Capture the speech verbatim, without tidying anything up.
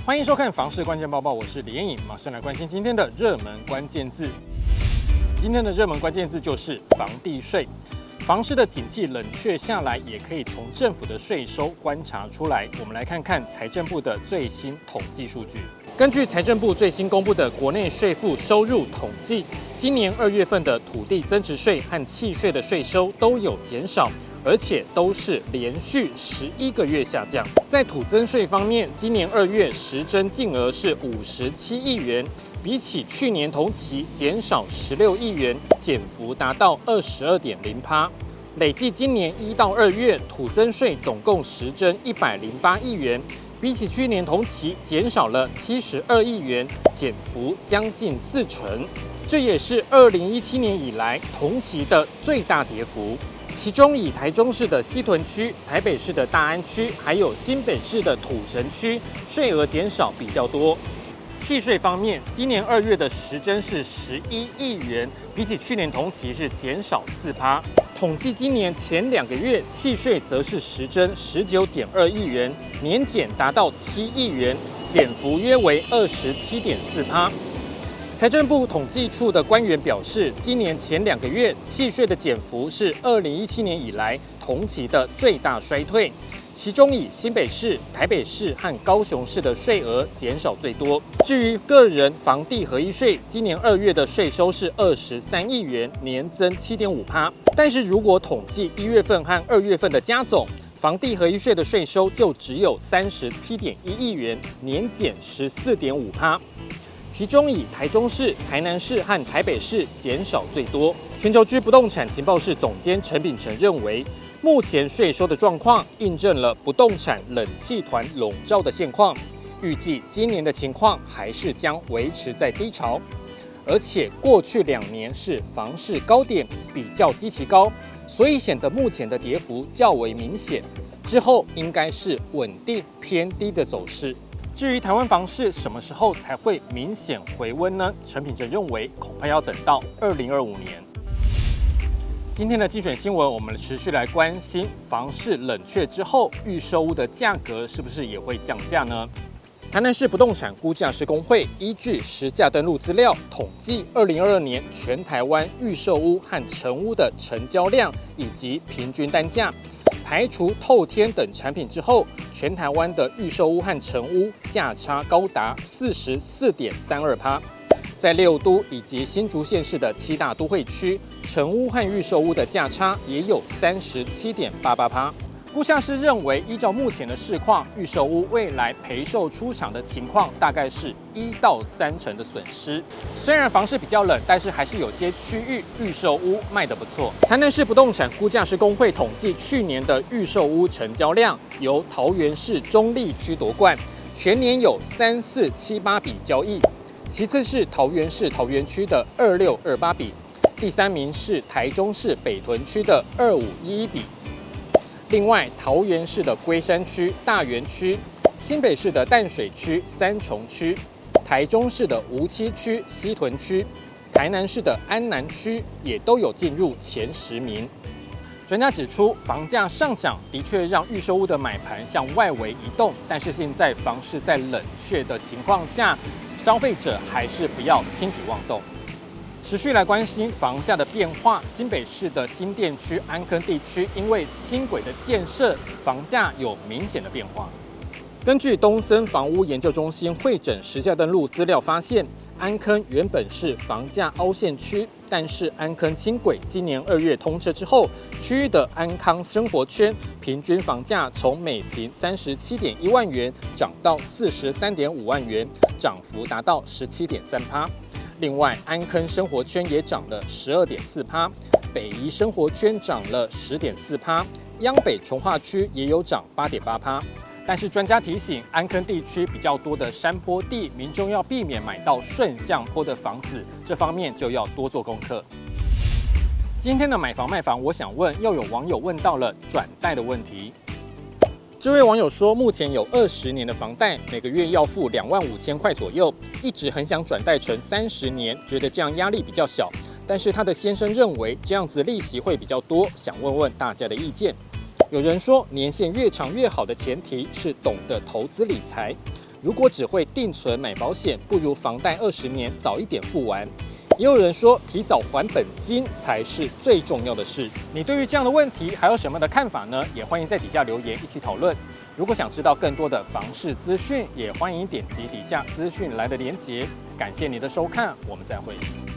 欢迎收看《房市关键报报》，我是李彦颖，马上来关心今天的热门关键字。今天的热门关键字就是房地税。房市的景气冷却下来，也可以从政府的税收观察出来。我们来看看财政部的最新统计数据。根据财政部最新公布的国内税负收入统计，今年二月份的土地增值税和契税的税收都有减少，而且都是连续十一个月下降。在土增税方面，今年二月实征净额是五十七亿元，比起去年同期减少十六亿元，减幅达到二十二点零趴。累计今年一到二月土增税总共实征一百零八亿元，比起去年同期减少了七十二亿元，减幅将近四成。这也是二零一七年以来同期的最大跌幅。其中以台中市的西屯区、台北市的大安区，还有新北市的土城区，税额减少比较多。契税方面，今年二月的实征是十一亿元，比起去年同期是减少四趴。统计今年前两个月契税则是实征十九点二亿元，年减达到七亿元，减幅约为二十七点四趴。财政部统计处的官员表示，今年前两个月契税的减幅是二零一七年以来同期的最大衰退，其中以新北市、台北市和高雄市的税额减少最多。至于个人房地合一税，今年二月的税收是二十三亿元，年增七点五趴。但是如果统计一月份和二月份的加总，房地合一税的税收就只有三十七点一亿元，年减十四点五趴。其中以台中市、台南市和台北市减少最多。全球居不动产情报室总监陈秉承认为，目前税收的状况印证了不动产冷气团笼罩的现况，预计今年的情况还是将维持在低潮，而且过去两年是房市高点，比较基期高，所以显得目前的跌幅较为明显，之后应该是稳定偏低的走势。至于台湾房市什么时候才会明显回温呢？陈秉承认为，恐怕要等到二零二五年。今天的精选新闻，我们持续来关心房市冷却之后，预售屋的价格是不是也会降价呢？台南市不动产估价师公会依据实价登录资料统计，二零二二年全台湾预售屋和成屋的成交量以及平均单价。排除透天等产品之后，全台湾的预售屋和成屋价差高达四十四点三二趴。在六都以及新竹县市的七大都会区，成屋和预售屋的价差也有三十七点八八趴。估价师认为，依照目前的市况，预售屋未来陪售出场的情况大概是一到三成的损失。虽然房市比较冷，但是还是有些区域预售屋卖得不错。台南市不动产估价师公会统计，去年的预售屋成交量由桃园市中坜区夺冠，全年有三四七八笔交易，其次是桃园市桃园区的二六二八笔，第三名是台中市北屯区的二五一一笔。另外，桃园市的龟山区、大园区、新北市的淡水区、三重区、台中市的梧栖区、西屯区、台南市的安南区也都有进入前十名。专家指出，房价上涨的确让预售屋的买盘向外围移动，但是现在房市在冷却的情况下，消费者还是不要轻举妄动。持续来关心房价的变化，新北市的新店区、安坑地区因为轻轨的建设，房价有明显的变化。根据东森房屋研究中心会诊实价登录资料发现，安坑原本是房价凹陷区，但是安坑轻轨今年二月通车之后，区域的安康生活圈平均房价从每坪三十七点一万元涨到四十三点五万元，涨幅达到十七点三趴。另外，安坑生活圈也涨了十二点四趴，北宜生活圈涨了十点四趴，央北重划区也有涨八点八趴。但是专家提醒，安坑地区比较多的山坡地，民众要避免买到顺向坡的房子，这方面就要多做功课。今天的买房卖房，我想问，又有网友问到了转贷的问题。这位网友说，目前有二十年的房贷，每个月要付两万五千块左右，一直很想转贷成三十年，觉得这样压力比较小。但是他的先生认为这样子利息会比较多，想问问大家的意见。有人说，年限越长越好的前提是懂得投资理财。 如果只会定存买保险，不如房贷二十年早一点付完。也有人说，提早还本金才是最重要的事。你对于这样的问题还有什么的看法呢？也欢迎在底下留言一起讨论。如果想知道更多的房市资讯，也欢迎点击底下资讯栏的连结。感谢你的收看，我们再会。